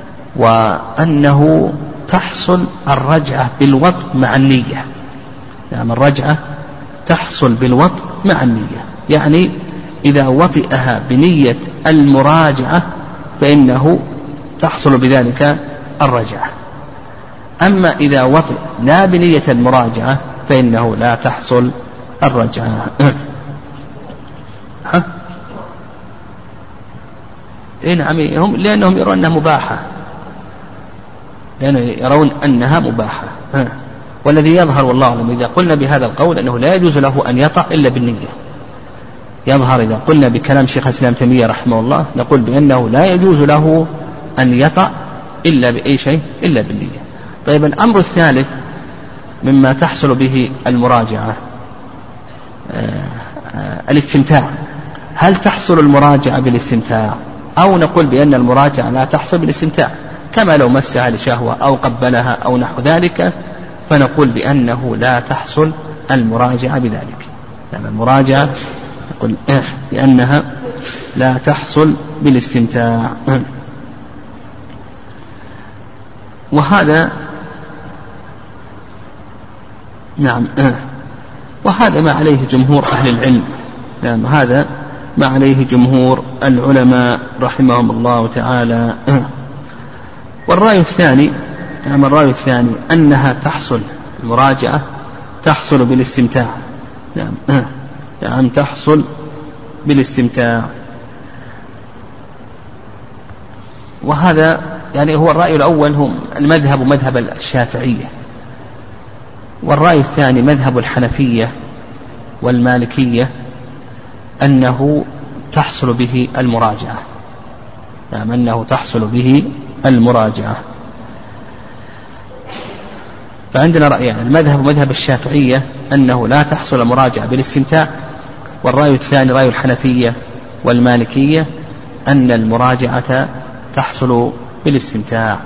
وأنه تحصل الرجعة بالوطء مع النية، يعني الرجعة تحصل بالوطء مع النية، يعني إذا وطئها بنية المراجعة فإنه تحصل بذلك الرجعة، أما إذا وطئ لا بنية المراجعة فإنه لا تحصل الرجعة. نعم، لأنهم يرون أنها مباحة، لأنهم يرون أنها مباحة. والذي يظهر والله أعلم إذا قلنا بهذا القول أنه لا يجوز له أن يطأ إلا بالنية، يظهر إذا قلنا بكلام شيخ الإسلام تيمية رحمه الله نقول بأنه لا يجوز له أن يطأ إلا بأي شيء إلا بالنية. طيب الأمر الثالث مما تحصل به المراجعة الاستمتاع، هل تحصل المراجعة بالاستمتاع أو نقول بأن المراجعة لا تحصل بالاستمتاع، كما لو مسها لشهوة أو قبلها أو نحو ذلك، فنقول بأنه لا تحصل المراجعة بذلك، يعني المراجعة نقول بأنها لا تحصل بالاستمتاع. وهذا نعم وهذا ما عليه جمهور أهل العلم، نعم هذا ما عليه جمهور العلماء رحمهم الله تعالى. والرأي الثاني أما الرأي الثاني أنها تحصل المراجعة تحصل بالاستمتاع. نعم تحصل بالاستمتاع. وهذا يعني هو الرأي الأول هو المذهب مذهب الشافعية، والرأي الثاني مذهب الحنفية والمالكية أنه تحصل به المراجعة. نعم أنه تحصل به المراجعة. فعندنا رأيان، المذهب مذهب الشافعية أنه لا تحصل المراجعة بالاستمتاع، والرأي الثاني رأي الحنفية والمالكية أن المراجعة تحصل بالاستمتاع.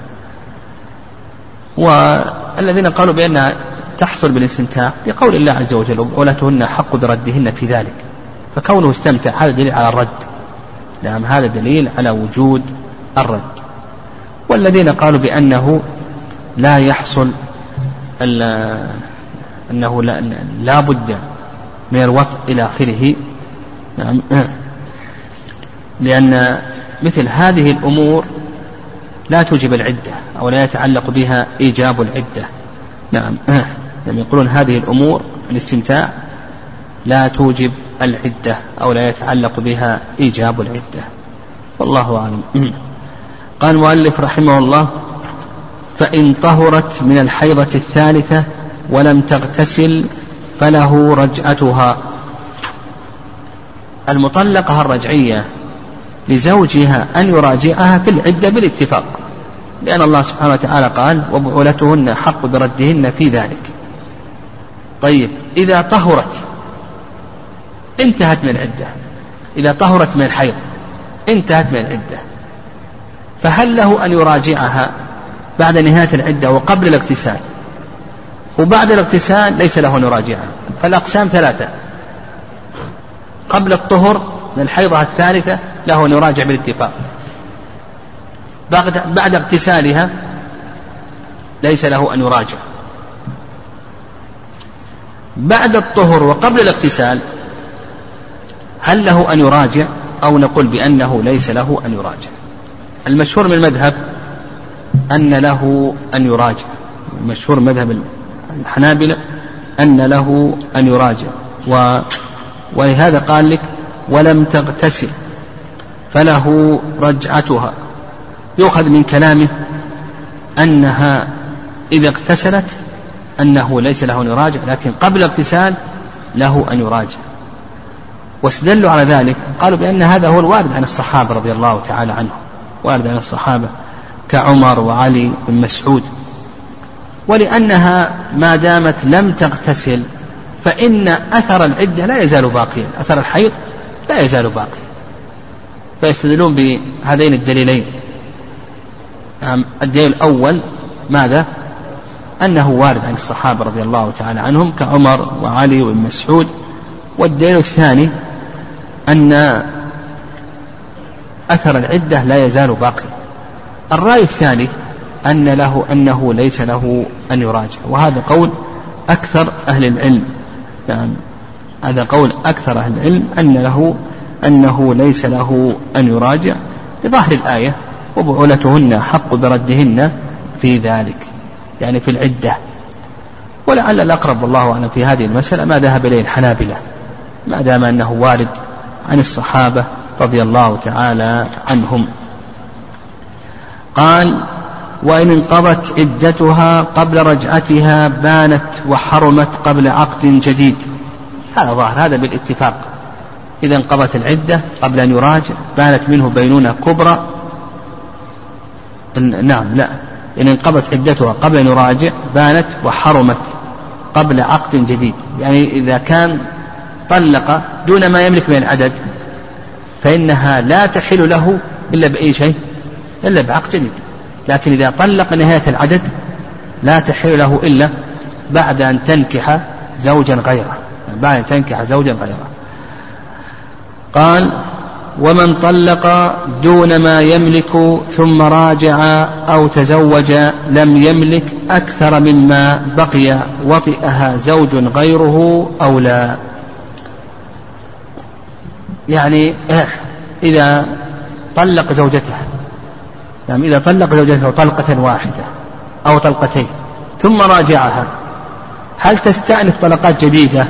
والذين قالوا بأنها تحصل بالاستمتاع لقول الله عز وجل وبعولتهن حق بردهن في ذلك، فكونه استمتع هذا دليل على الرد. نعم هذا دليل على وجود الرد. والذين قالوا بأنه لا يحصل أنه لا بد من الوطء إلى آخره، نعم لأن مثل هذه الأمور لا توجب العدة أو لا يتعلق بها إيجاب العدة. نعم يقولون هذه الأمور الاستمتاع لا توجب العدة أو لا يتعلق بها إيجاب العدة، والله أعلم. قال المؤلف رحمه الله: فإن طهرت من الحيضة الثالثة ولم تغتسل فله رجعتها. المطلقة الرجعية لزوجها أن يراجعها في العدة بالاتفاق، لأن الله سبحانه وتعالى قال: وبعولتهن حق بردهن في ذلك. طيب إذا طهرت انتهت من العدة، إذا طهرت من الحيض انتهت من العدة، فهل له أن يراجعها بعد نهاية العدة وقبل الاغتسال؟ وبعد الاغتسال ليس له أن يراجعها. فالأقسام ثلاثة: قبل الطهر من الحيضة الثالثة له أن يراجع بالاتفاق، بعد اغتسالها ليس له أن يراجع، بعد الطهر وقبل الاغتسال هل له أن يراجع أو نقول بأنه ليس له أن يراجع؟ المشهور من المذهب أن له أن يراجع، المشهور من مذهب الحنابلة أن له أن يراجع، ولهذا قال لك: ولم تغتسل فله رجعتها. يؤخذ من كلامه أنها إذا اغتسلت أنه ليس له أن يراجع، لكن قبل الاغتسال له أن يراجع. واستدلوا على ذلك قالوا بأن هذا هو الوارد عن الصحابة رضي الله تعالى عنهم، وارد عن الصحابة كعمر وعلي بن مسعود. ولأنها ما دامت لم تغتسل فإن أثر العدة لا يزال باقيا، أثر الحيض لا يزال باقيا، فيستدلون بهذين الدليلين. الدليل الأول ماذا؟ أنه وارد عن الصحابة رضي الله تعالى عنهم كعمر وعلي وابن مسعود. والدليل الثاني أن أثر العدة لا يزال باقي. الرأي الثاني أنه ليس له أن يراجع، وهذا قول أكثر أهل العلم. يعني هذا قول أكثر أهل العلم أنه ليس له أن يراجع لظاهر الآية: وبعولتهن حق بردهن في ذلك، يعني في العدة. ولعل الأقرب والله أعلم في هذه المسألة ما ذهب إليه الحنابلة، ما دام أنه وارد عن الصحابة رضي الله تعالى عنهم. قال: وإن انقضت عدتها قبل رجعتها بانت وحرمت قبل عقد جديد. هذا ظاهر، هذا بالاتفاق. إذا انقضت العدة قبل أن يراجع بانت منه بينونة كبرى. نعم لا، إن انقضت عدتها قبل أن يراجع بانت وحرمت قبل عقد جديد. يعني إذا كان طلق دون ما يملك من العدد فإنها لا تحل له إلا بأي شيء، إلا بعقد جديد. لكن إذا طلق نهاية العدد لا تحل له إلا بعد أن تنكح زوجا غيره، بعد أن تنكح زوجا غيره. قال: ومن طلق دون ما يملك ثم راجع أو تزوج لم يملك أكثر مما بقي وطئها زوج غيره أو لا. يعني إذا طلق زوجته، إذا طلق زوجته طلقة واحدة أو طلقتين ثم راجعها، هل تستأنف طلقات جديدة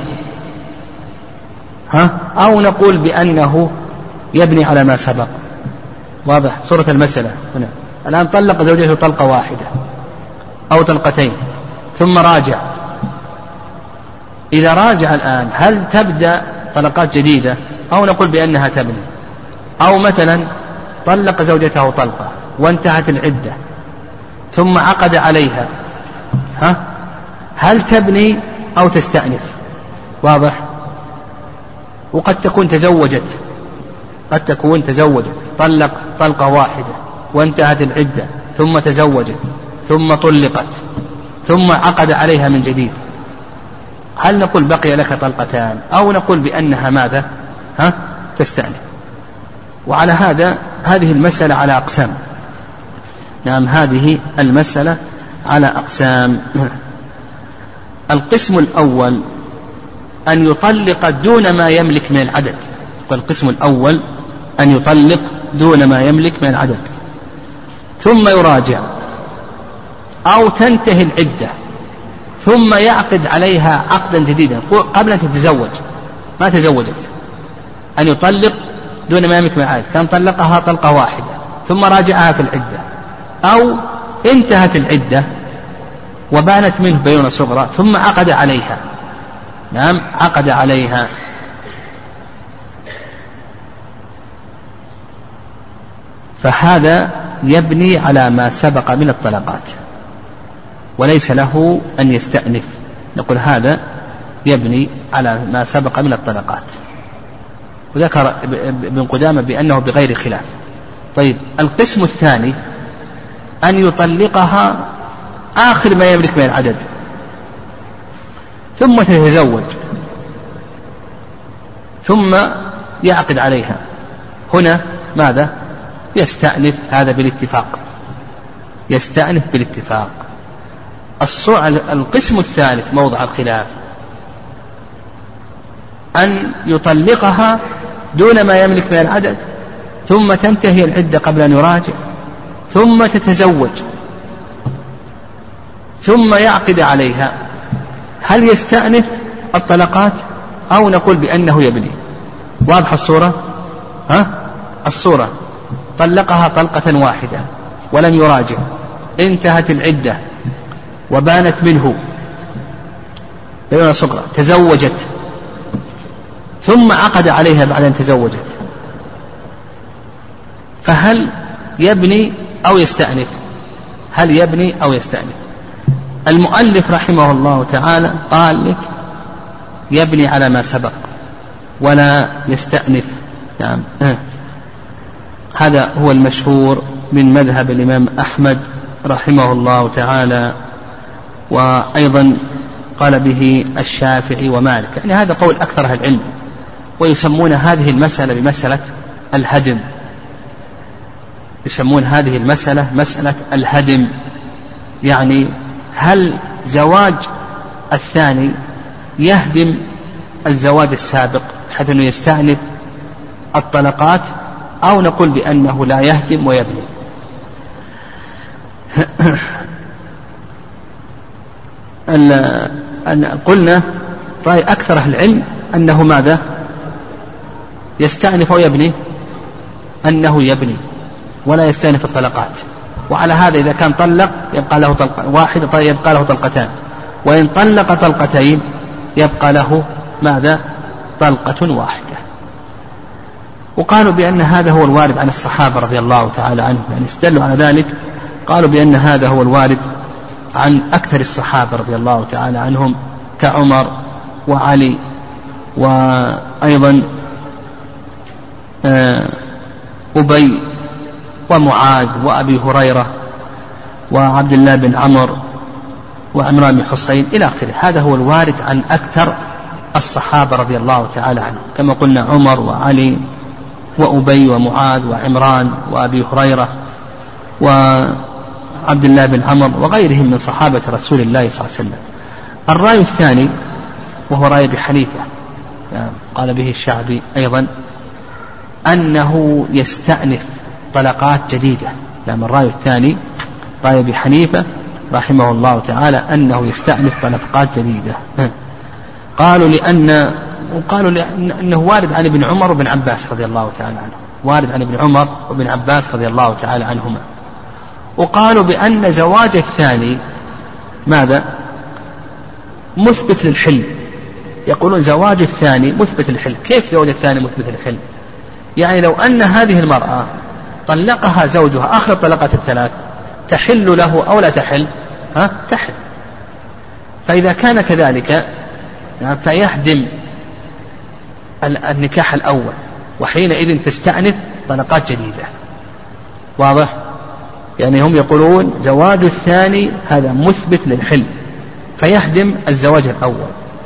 أو نقول بأنه يبني على ما سبق؟ واضح صورة المسألة هنا. الآن طلق زوجته طلقة واحدة أو طلقتين ثم راجع. إذا راجع الآن هل تبدأ طلقات جديدة أو نقول بأنها تبني؟ أو مثلا طلق زوجته طلقة وانتهت العدة ثم عقد عليها، هل تبني أو تستأنف؟ واضح. وقد تكون تزوجت، قد تكون تزوجت طلق طلقة واحدة وانتهت العدة ثم تزوجت ثم طلقت ثم عقد عليها من جديد، هل نقول بقي لك طلقتان أو نقول بأنها ماذا تستأنف؟ وعلى هذا هذه المسألة على أقسام. نعم هذه المسألة على أقسام. القسم الأول أن يطلق دون ما يملك من العدد. والقسم الأول أن يطلق دون ما يملك من العدد ثم يراجع أو تنتهي العدة ثم يعقد عليها عقدا جديدا قبل أن تتزوج، ما تزوجت، أن يطلق دون ما يملك من العدد، كان طلقها طلقة واحدة ثم راجعها في العدة، أو انتهت العدة وبانت منه بينونة صغرى ثم عقد عليها. نعم عقد عليها. فهذا يبني على ما سبق من الطلقات وليس له أن يستأنف، نقول هذا يبني على ما سبق من الطلقات. وذكر ابن قدامة بأنه بغير خلاف. طيب القسم الثاني أن يطلقها آخر ما يملك من العدد ثم تتزوج ثم يعقد عليها، هنا ماذا؟ يستأنف، هذا بالاتفاق، يستأنف بالاتفاق. القسم الثالث موضع الخلاف أن يطلقها دون ما يملك من العدد ثم تنتهي العدة قبل أن يراجع ثم تتزوج ثم يعقد عليها، هل يستأنف الطلقات أو نقول بأنه يبني؟ واضح الصورة؟ الصورة طلقها طلقة واحدة ولم يراجع، انتهت العدة وبانت منه بينونة صغرى، تزوجت ثم عقد عليها بعد أن تزوجت، فهل يبني أو يستأنف؟ هل يبني أو يستأنف؟ المؤلف رحمه الله تعالى قال لك يبني على ما سبق ولا يستأنف. نعم هذا هو المشهور من مذهب الإمام أحمد رحمه الله تعالى، وأيضا قال به الشافعي ومالك، يعني هذا قول أكثر أهل العلم. ويسمون هذه المسألة بمسألة الهدم، يسمون هذه المسألة مسألة الهدم، يعني هل زواج الثاني يهدم الزواج السابق حيث أنه يستأنف الطلقات أو نقول بأنه لا يهدم ويبني؟ قلنا رأي أكثر أهل العلم أنه ماذا؟ يستأنف ويبني، أنه يبني ولا يستأنف الطلقات. وعلى هذا إذا كان طلق يبقى له طلقة واحدة، يبقى له طلقتان، وإن طلق طلقتين يبقى له ماذا؟ طلقة واحدة. وقالوا بأن هذا هو الوارد عن الصحابة رضي الله تعالى عنهم، يعني استدلوا على ذلك، قالوا بأن هذا هو الوارد عن أكثر الصحابة رضي الله تعالى عنهم كعمر وعلي وأيضا أبي ومعاذ وأبي هريرة وعبد الله بن عمر وعمران بن حسين إلى آخره. هذا هو الوارد عن أكثر الصحابة رضي الله تعالى عنهم، كما قلنا عمر وعلي وأبي ومعاذ وعمران وأبي هريرة وعبد الله بن عمر وغيرهم من صحابة رسول الله صلى الله عليه وسلم. الرأي الثاني وهو رأي أبي حنيفة، قال به الشعبي أيضا، أنه يستأنف طلقات جديدة. لما الرأي الثاني رأي أبي حنيفة رحمه الله تعالى أنه يستأنف طلقات جديدة. قالوا لأنه وارد عن ابن عمر وابن عباس رضي الله تعالى عنه، وارد عن ابن عمر وابن عباس رضي الله تعالى عنهما. وقالوا بأن زواج الثاني ماذا؟ مثبت للحل. يقولون زواج الثاني مثبت للحل. كيف زواج الثاني مثبت للحل؟ يعني لو أن هذه المرأة طلقها زوجها آخر الطلقات الثلاث تحل له أو لا تحل؟ تحل. فإذا كان كذلك فيهدم النكاح الأول، وحينئذ تستأنف طلقات جديدة. واضح؟ يعني هم يقولون زواج الثاني هذا مثبت للحل فيهدم الزواج الأول،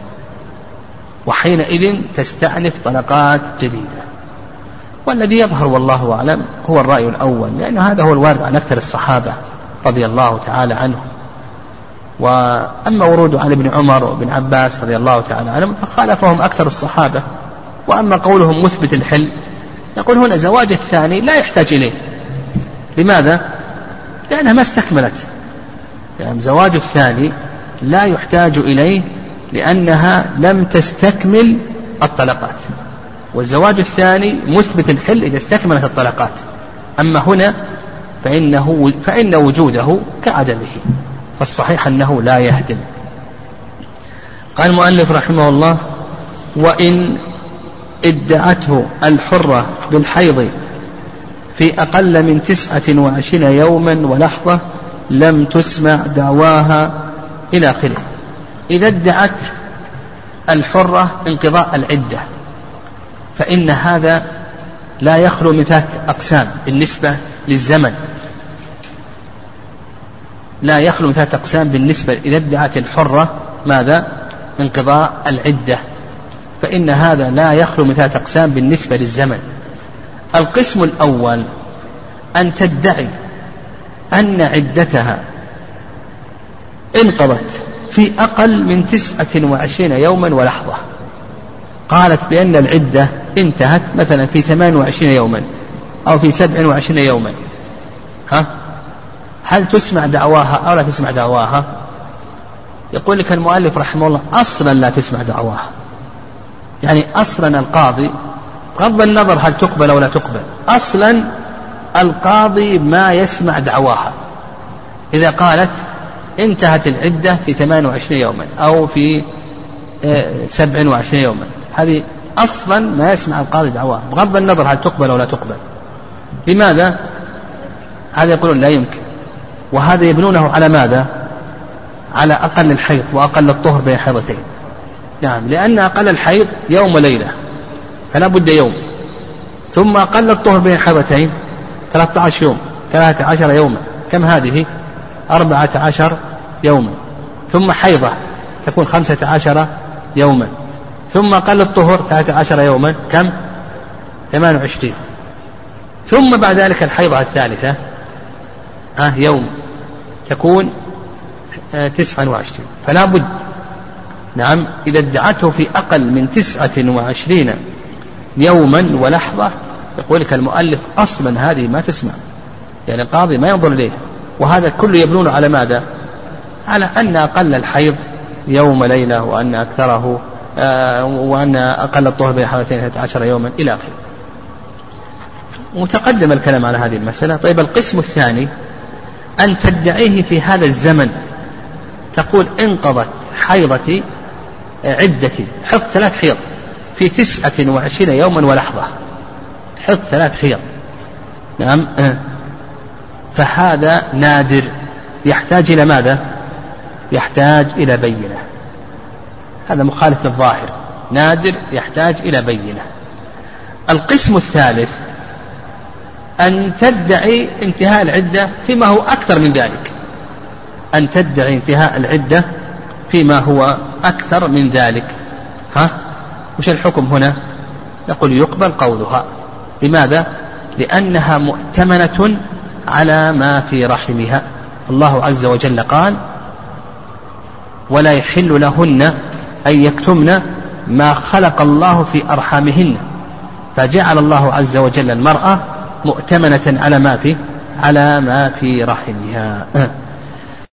وحينئذ تستأنف طلقات جديدة. والذي يظهر والله أعلم هو الرأي الأول، لأن هذا هو الوارد عن أكثر الصحابة رضي الله تعالى عنهم. وأما ورود عن ابن عمر وابن عباس رضي الله تعالى عنهم فخالفهم أكثر الصحابة. وأما قولهم مثبت الحل، يقول هنا زواج الثاني لا يحتاج إليه. لماذا؟ لأنها ما استكملت. يعني زواج الثاني لا يحتاج إليه لأنها لم تستكمل الطلقات، والزواج الثاني مثبت الحل إذا استكملت الطلقات. أما هنا فإن وجوده كعدمه، فالصحيح أنه لا يهدم. قال المؤلف رحمه الله: وإن ادعته الحرة بالحيض في أقل من 29 يوما ولحظة لم تسمع دعواها إلى آخره. إذا ادعت الحرة انقضاء العدة فإن هذا لا يخلو من 3 أقسام بالنسبة للزمن، لا يخلو من 3 أقسام بالنسبة إذا ادعت الحرة ماذا؟ انقضاء العدة، فإن هذا لا يخلو من 3 أقسام بالنسبة للزمن. القسم الأول أن تدعي أن عدتها انقضت في أقل من 29 يوما ولحظة. قالت بأن العدة انتهت مثلا في 28 يوما أو في 27 يوما، هل تسمع دعواها أو لا تسمع دعواها؟ يقول لك المؤلف رحمه الله: أصلا لا تسمع دعواها. يعني أصلا القاضي بغض النظر هل تقبل أو لا تقبل، أصلا القاضي ما يسمع دعواها. إذا قالت انتهت العدة في 28 يوما أو في 27 يوما، هذه أصلا ما يسمع القاضي دعواها بغض النظر هل تقبل أو لا تقبل. لماذا؟ هذا يقولون لا يمكن. وهذا يبنونه على ماذا؟ على أقل الحيض وأقل الطهر بين حيضتين. نعم، لأن أقل الحيض يوم وليلة فلا بد يوم، ثم أقل الطهر بين حيضتين 13 يوم، 13 يوما. كم هذه؟ 14 يوما. ثم حيضة تكون 15 يوما، ثم أقل الطهر 13 يوما. كم؟ 28. ثم بعد ذلك الحيضة الثالثة يوم تكون 29. فلا بد، نعم، إذا ادعته في أقل من 29 يوما ولحظة يقول لك المؤلف أصلا هذه ما تسمع، يعني القاضي ما ينظر إليه. وهذا كله يبنون على ماذا؟ على أن أقل الحيض يوم ليلة، وأن أكثره وأن أقل الطهر بين حوالين 13 يوما إلى آخره. متقدم الكلام على هذه المسألة. طيب، القسم الثاني أن تدعيه في هذا الزمن، تقول انقضت حيضتي عدتي، حفظ 3 حيض في 29 يوما ولحظة، حفظ 3 حيض. نعم، فهذا نادر يحتاج إلى ماذا؟ يحتاج إلى بينة. هذا مخالف للظاهر، نادر يحتاج إلى بينة. القسم الثالث أن تدعي انتهاء العدة فيما هو أكثر من ذلك، أن تدعي انتهاء العدة فيما هو أكثر من ذلك. وش الحكم هنا؟ نقول يقبل قولها. لماذا؟ لأنها مؤتمنة على ما في رحمها. الله عز وجل قال: ولا يحل لهن أن يكتمن ما خلق الله في أرحامهن، فجعل الله عز وجل المرأة مؤتمنة على ما في رحمها.